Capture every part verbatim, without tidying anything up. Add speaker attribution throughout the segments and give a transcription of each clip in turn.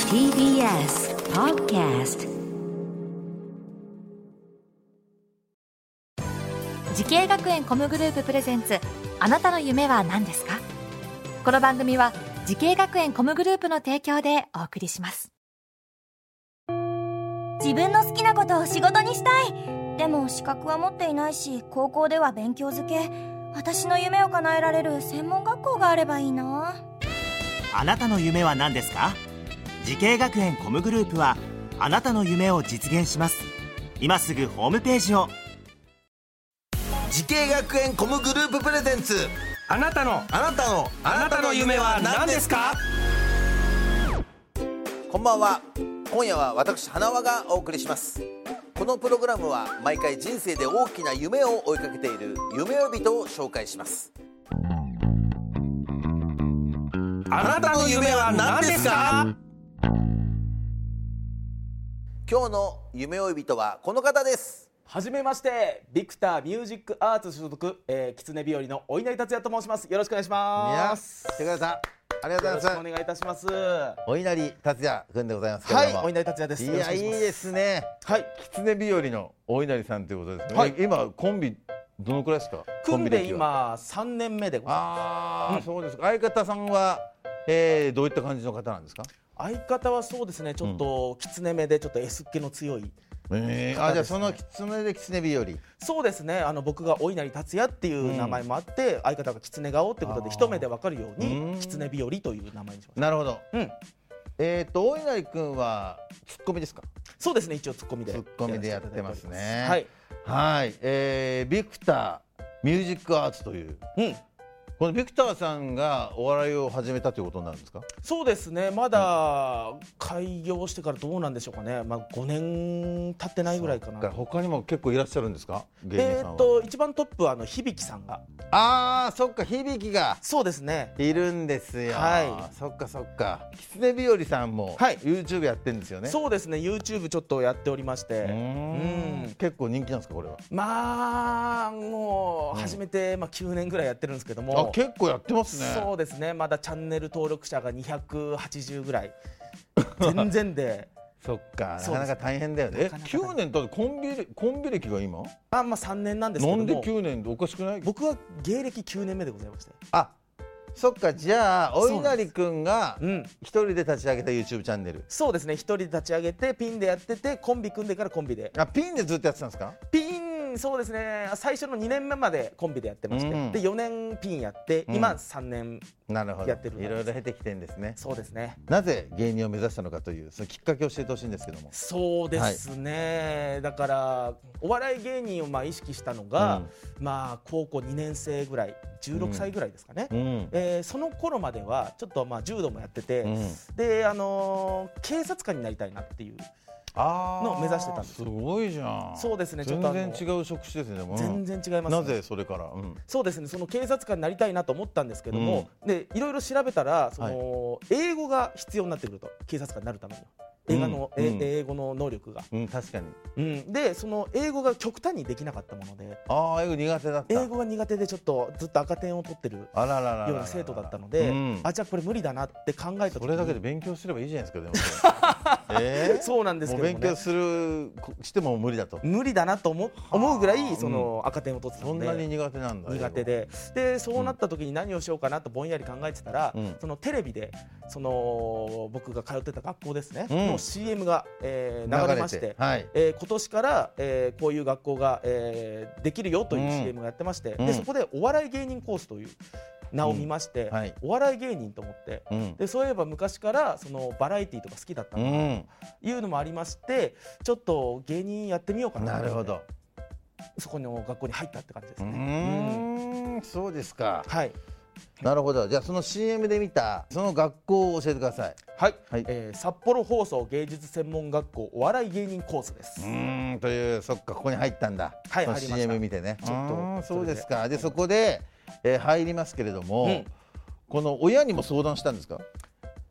Speaker 1: ティービーエス Podcast。
Speaker 2: 時系学園コムグループプレゼンツ、あなたの夢は何ですか？この番組は時系学園コムグループの提供でお送りします。
Speaker 3: 自分の好きなことを仕事にしたい。でも資格は持っていないし、高校では勉強づけ。私の夢を叶えられる専門学校があればいいな。
Speaker 4: あなたの夢は何ですか？時系学園コムグループはあなたの夢を実現します。今すぐホームページを。
Speaker 5: 時系学園コムグループプレゼンツ、
Speaker 6: あなたの
Speaker 5: あなたの
Speaker 6: あなたの夢は何ですか？
Speaker 5: こんばんは。今夜は私花輪がお送りします。このプログラムは毎回人生で大きな夢を追いかけている夢追い人を紹介します。
Speaker 6: あなたの夢は何ですか？
Speaker 5: 今日の夢追い人はこの方です。
Speaker 6: はじめまして、ビクターミュージックアーツ所属、えー、狐日和のお稲荷達也と申します。よろしくお願いします。
Speaker 5: 手倉さん、ありがとうございます。
Speaker 6: よろしくお願いいたします。
Speaker 5: お稲荷達也くんでございますけれども。
Speaker 6: はい、お稲荷達也です。
Speaker 5: いや、いいですね。
Speaker 6: はい、
Speaker 7: 狐日和のお稲荷さんということですね、
Speaker 6: はい、
Speaker 7: 今コンビどのくらいですか？
Speaker 6: 組んで今さんねんめでございます。
Speaker 7: ああ、
Speaker 6: うん、
Speaker 7: そうですか。相方さんは、えー、どういった感じの方なんですか？
Speaker 6: 相方はそうですね、ちょっと狐目でちょっと S っ気の強い、
Speaker 7: えー、あ、じゃあその狐で狐日和。
Speaker 6: そうですね、あの僕がお稲荷達也っていう名前もあって、うん、相方が狐顔ってことで一目で分かるように狐日和という名前にしました。
Speaker 7: なるほど、
Speaker 6: うん、
Speaker 7: えっ、ー、とお稲荷くんはツッコミですか？
Speaker 6: そうですね、一応ツッコミで
Speaker 7: ツッコミでやってますね。
Speaker 6: はい、
Speaker 7: はい、えー、ビクターミュージックアーツという、うん、このビクターさんがお笑いを始めたということになるんですか？
Speaker 6: そうですね、まだ開業してからどうなんでしょうかね、まあ、ごねん経ってないぐらいかな。
Speaker 7: 他にも結構いらっしゃるんですか？芸人さんは。
Speaker 6: えー、と一番トップはあの響さんが。
Speaker 7: あー、そっか、響が
Speaker 6: そうですね、
Speaker 7: いるんですよ。はい、そっかそっか。狐日和さんも YouTube やってるんですよね。
Speaker 6: そうですね、 YouTube ちょっとやっておりまして、
Speaker 7: うん、結構人気なんですかこれは？
Speaker 6: まあもう始めて、うん、まあ、きゅうねんぐらいやってるんですけども。
Speaker 7: あ、結構やってますね。
Speaker 6: そうですね、まだチャンネル登録者がにひゃくはちじゅうぐらい全然で
Speaker 7: そっか、なかなか大変だよね。きゅうねんだってコンビコンビ歴が今
Speaker 6: あ、まあ、さんねんなんですけども。
Speaker 7: なんできゅうねんでおかしくない？
Speaker 6: 僕は芸歴きゅうねんめでございまして。
Speaker 7: あ、そっか、じゃあお稲荷くんが
Speaker 6: うん
Speaker 7: 一人で立ち上げた YouTube チャンネル。
Speaker 6: そうですね、一人で立ち上げてピンでやってて、コンビ組んでからコンビで。
Speaker 7: あ、ピンでずっとやってたんですか？
Speaker 6: ピン、そうですね、最初のにねんめまでコンビでやってまして、うん、でよねんピンやって、うん、今さんねんやってる。
Speaker 7: いろいろ経てきてるんですね。
Speaker 6: そうですね。
Speaker 7: なぜ芸人を目指したのかというそのきっかけを教えてほしいんですけども。
Speaker 6: そうですね、はい、だからお笑い芸人をまあ意識したのが、うん、まあ高校にねん生ぐらい、じゅうろくさいぐらいですかね、うん、えー、その頃まではちょっとまあ柔道もやってて、うん、で、あのー、警察官になりたいなっていうのを目指してたんです。
Speaker 7: すごいじゃん。
Speaker 6: そうですね、
Speaker 7: 全然違う職種ですね。もう
Speaker 6: 全然違います、ね、
Speaker 7: なぜそれから、うん、
Speaker 6: そうですね、その警察官になりたいなと思ったんですけども、うん、でいろいろ調べたらその、はい、英語が必要になってくると、警察官になるためには映画の、うん、英語の能力が、
Speaker 7: うん、確かに、
Speaker 6: うん、でその英語が極端にできなかったもので。
Speaker 7: あ、英語苦手だった。
Speaker 6: 英語が苦手でちょっとずっと赤点を取ってるような生徒だったので、うん、あ、じゃあこれ無理だなって考えた時に、
Speaker 7: それだけで勉強すればいいじゃないですか。でもえー、
Speaker 6: そうなんですけども、ね、
Speaker 7: 勉強するしても無理だと、
Speaker 6: 無理だなと思う、思うぐらいその赤点を取ってたので、
Speaker 7: そんなに苦手なんだ。
Speaker 6: 苦手で、でそうなった時に何をしようかなとぼんやり考えてたら、うん、そのテレビでその僕が通ってた学校ですね、うん、の シーエム が、えー、流れまして、はい、えー、今年から、えー、こういう学校が、えー、できるよという シーエム がやってまして、うん、でそこでお笑い芸人コースという名を見まして、うん、はい、お笑い芸人と思って、うん、でそういえば昔からそのバラエティーとか好きだったなというのもありまして、ちょっと芸人やってみようかなと。
Speaker 7: なるほど。
Speaker 6: そこの学校に入ったって感じですね。
Speaker 7: うーん、そうですか。
Speaker 6: はい、
Speaker 7: なるほど。じゃあその シーエム で見たその学校を教えてください。
Speaker 6: はい、はい、えー、札幌放送芸術専門学校お笑い芸人コースです。
Speaker 7: うーん、という、そっか、ここに入ったんだ。
Speaker 6: はい、
Speaker 7: その シーエム 見てね。
Speaker 6: ちょっと
Speaker 7: そうですか。でそこで、えー、入りますけれども、うん、この親にも相談したんですか？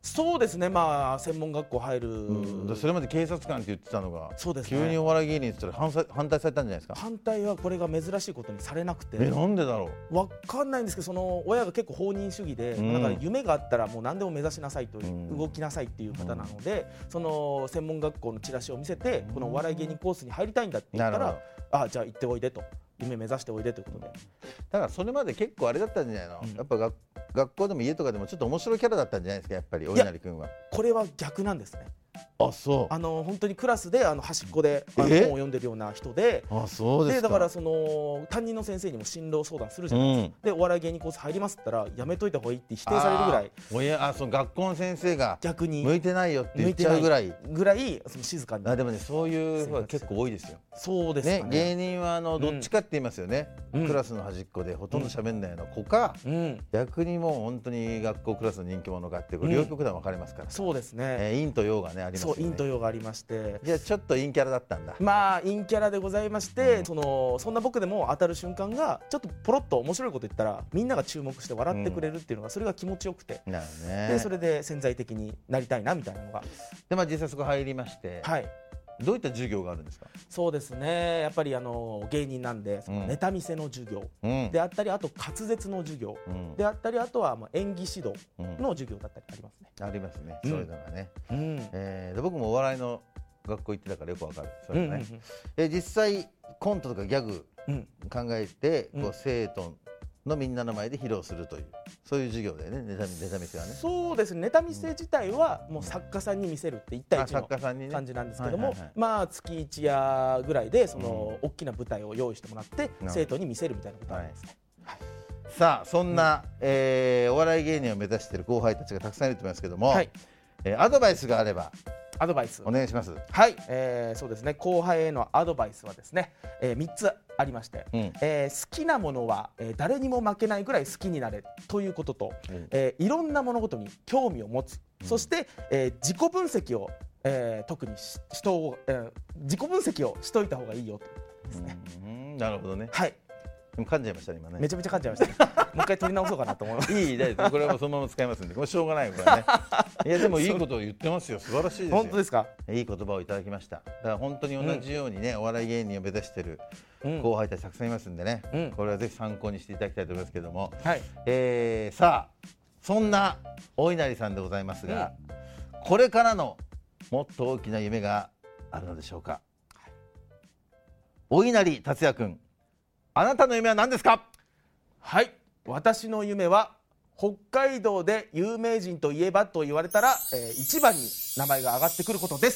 Speaker 6: そうですね、まあ、専門学校入る、
Speaker 7: うん、それまで警察官って言ってたのが
Speaker 6: そうです、ね、
Speaker 7: 急にお笑い芸人って言ったら反対、反対されたんじゃないですか。
Speaker 6: 反対はこれが珍しいことにされなくて。
Speaker 7: え、なんでだろ
Speaker 6: う。分かんないんですけど、その親が結構放任主義で、うん、だから夢があったらもう何でも目指しなさいという、うん、動きなさいっていう方なので、うん、その専門学校のチラシを見せて、うん、このお笑い芸人コースに入りたいんだって言ったら、あ、じゃあ行っておいでと、夢目指しておいでということで。
Speaker 7: だからそれまで結構あれだったんじゃないの、うん、やっぱ学学校でも家とかでもちょっと面白いキャラだったんじゃないですか、やっぱりお稲荷君は。
Speaker 6: これは逆なんですね。
Speaker 7: あ、そう。
Speaker 6: あの本当にクラスであの端っこであの本を読んでるような人で、
Speaker 7: あ、そうですか。
Speaker 6: でだからその担任の先生にも進路相談するじゃないですか、うん、でお笑い芸人コース入りますって言ったらやめといた方がいいって否定されるぐらい、
Speaker 7: おや、あ、その学校の先生が
Speaker 6: 逆に
Speaker 7: 向いてないよって言っちゃうぐらい
Speaker 6: ぐらいその静かに。
Speaker 7: あ、でもね、そういう人は結構多いですよ。
Speaker 6: そうですかね。
Speaker 7: ね、芸人はあのどっちかって言いますよね、うん、クラスの端っこでほとんど喋んないような子か、うん、逆にもう本当に学校クラスの人気者かって両極端分かれますから、うん、
Speaker 6: そうですね、
Speaker 7: えー、陰と陽がねありますよね。
Speaker 6: そう、陰と陽がありまして、
Speaker 7: じゃあちょっと陰キャラだったんだ。
Speaker 6: まあ陰キャラでございまして、うん、そのそんな僕でも当たる瞬間がちょっとポロッと面白いこと言ったらみんなが注目して笑ってくれるっていうのが、それが気持ちよくて、
Speaker 7: なるほどね。
Speaker 6: でそれで潜在的になりたいなみたいなのが。
Speaker 7: で、まあ、実際そこ入りまして、はい、どういった授業があるんですか。
Speaker 6: そうですね、やっぱりあの芸人なんで、そのネタ見せの授業であったり、あと滑舌の授業であったり、あとはまあ演技指導の授業だったりありますね。
Speaker 7: ありますね、そういうのがね、うん、えー、で僕もお笑いの学校行ってたからよくわかる、それね、うんうんうん、え実際コントとかギャグ考えて、うん、こう生徒のみんなの前で披露するという、そういう授業だよね、ネタ、ネタ見せはね。
Speaker 6: そうですね、ネタ見せ自体はもう作家さんに見せるっていち対いちの感じなんですけども、まあ月いち夜ぐらいでその大きな舞台を用意してもらって生徒に見せるみたいなことがありますね。はい、
Speaker 7: さあ、そんな、うん、えー、お笑い芸人を目指している後輩たちがたくさんいると思いますけども、はい、えー、アドバイスがあれば
Speaker 6: アドバイス
Speaker 7: お願いします。
Speaker 6: はい、えー、そうですね、後輩へのアドバイスはですね、えー、みっつありまして、うん、えー、好きなものは、えー、誰にも負けないぐらい好きになれということと、うん、えー、いろんな物事に興味を持つ、うん、そして、えー、自己分析を、えー、特にし人を、えー、自己分析をしといた方がいいよということですね。
Speaker 7: うん、なるほどね。
Speaker 6: はい、
Speaker 7: でも噛んじゃいましたね、今ね。
Speaker 6: めちゃめちゃ噛んじゃいました、ね、もう一回取り直そうかなと思います。
Speaker 7: いい、大丈夫、これはもうそのまま使いますんで、これしょうがないよ、これね。いや、でもいいことを言ってますよ、素晴らしいですよ。
Speaker 6: 本当ですか。
Speaker 7: いい言葉をいただきました。だから本当に同じようにね、うん、お笑い芸人を目指している後輩たちたくさんいますんでね、うん、これはぜひ参考にしていただきたいと思いますけども、はい、えー、さあ、そんなお稲荷さんでございますが、うん、これからのもっと大きな夢があるのでしょうか。はい、お稲荷達也君、あなたの夢は何ですか。
Speaker 6: はい、私の夢は北海道で有名人といえばと言われたら、えー、一番に名前が挙がってくることです。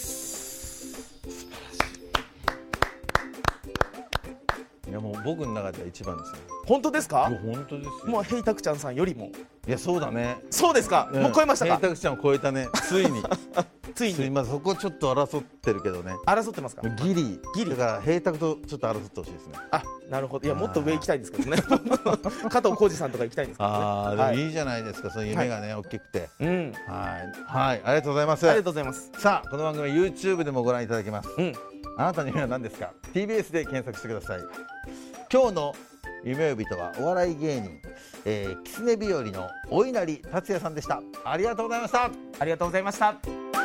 Speaker 7: いや、もう僕の中では一番ですよ。
Speaker 6: 本当ですか。
Speaker 7: 本当ですよ。
Speaker 6: もうヘイタクちゃんさんよりも。
Speaker 7: いや、そうだね。
Speaker 6: そうですか、うん、もう超えましたか。
Speaker 7: ヘイタクちゃんを超えたね、ついに
Speaker 6: ついに
Speaker 7: 今そこちょっと争ってるけどね。
Speaker 6: 争ってますか。
Speaker 7: ギリギリだからヘイタクとちょっと争ってほしいですね。
Speaker 6: あ、なるほど。いや、もっと上行きたいんですけどね加藤浩次さんとか行きたいんですけどね。
Speaker 7: ああ、でもいいじゃないですか、はい、そういう夢がね、大きくて、うん、はい、はい、ありがとうございます。
Speaker 6: ありがとうございます。
Speaker 7: さあ、この番組は YouTube でもご覧いただけます。うん、あなたの夢は何ですか。 ティービーエス で検索してください。今日の夢呼人はお笑い芸人、えー、キツネ日和のお稲荷達也さんでした。ありがとうございました。
Speaker 6: ありがとうございました。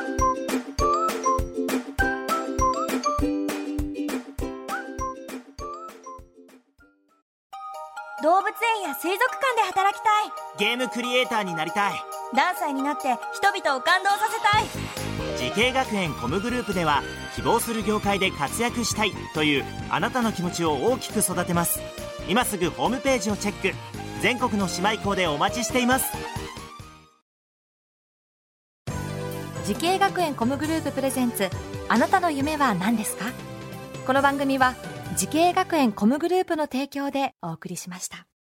Speaker 3: 動物園や水族館で働きたい。
Speaker 4: ゲームクリエイターになりたい。
Speaker 3: 何歳になって人々を感動させたい。
Speaker 4: 時系学園コムグループでは希望する業界で活躍したいというあなたの気持ちを大きく育てます。今すぐホームページをチェック。全国の姉妹校でお待ちしています。
Speaker 2: 時系学園コムグループプレゼンツ、あなたの夢は何ですか。この番組は時系学園コムグループの提供でお送りしました。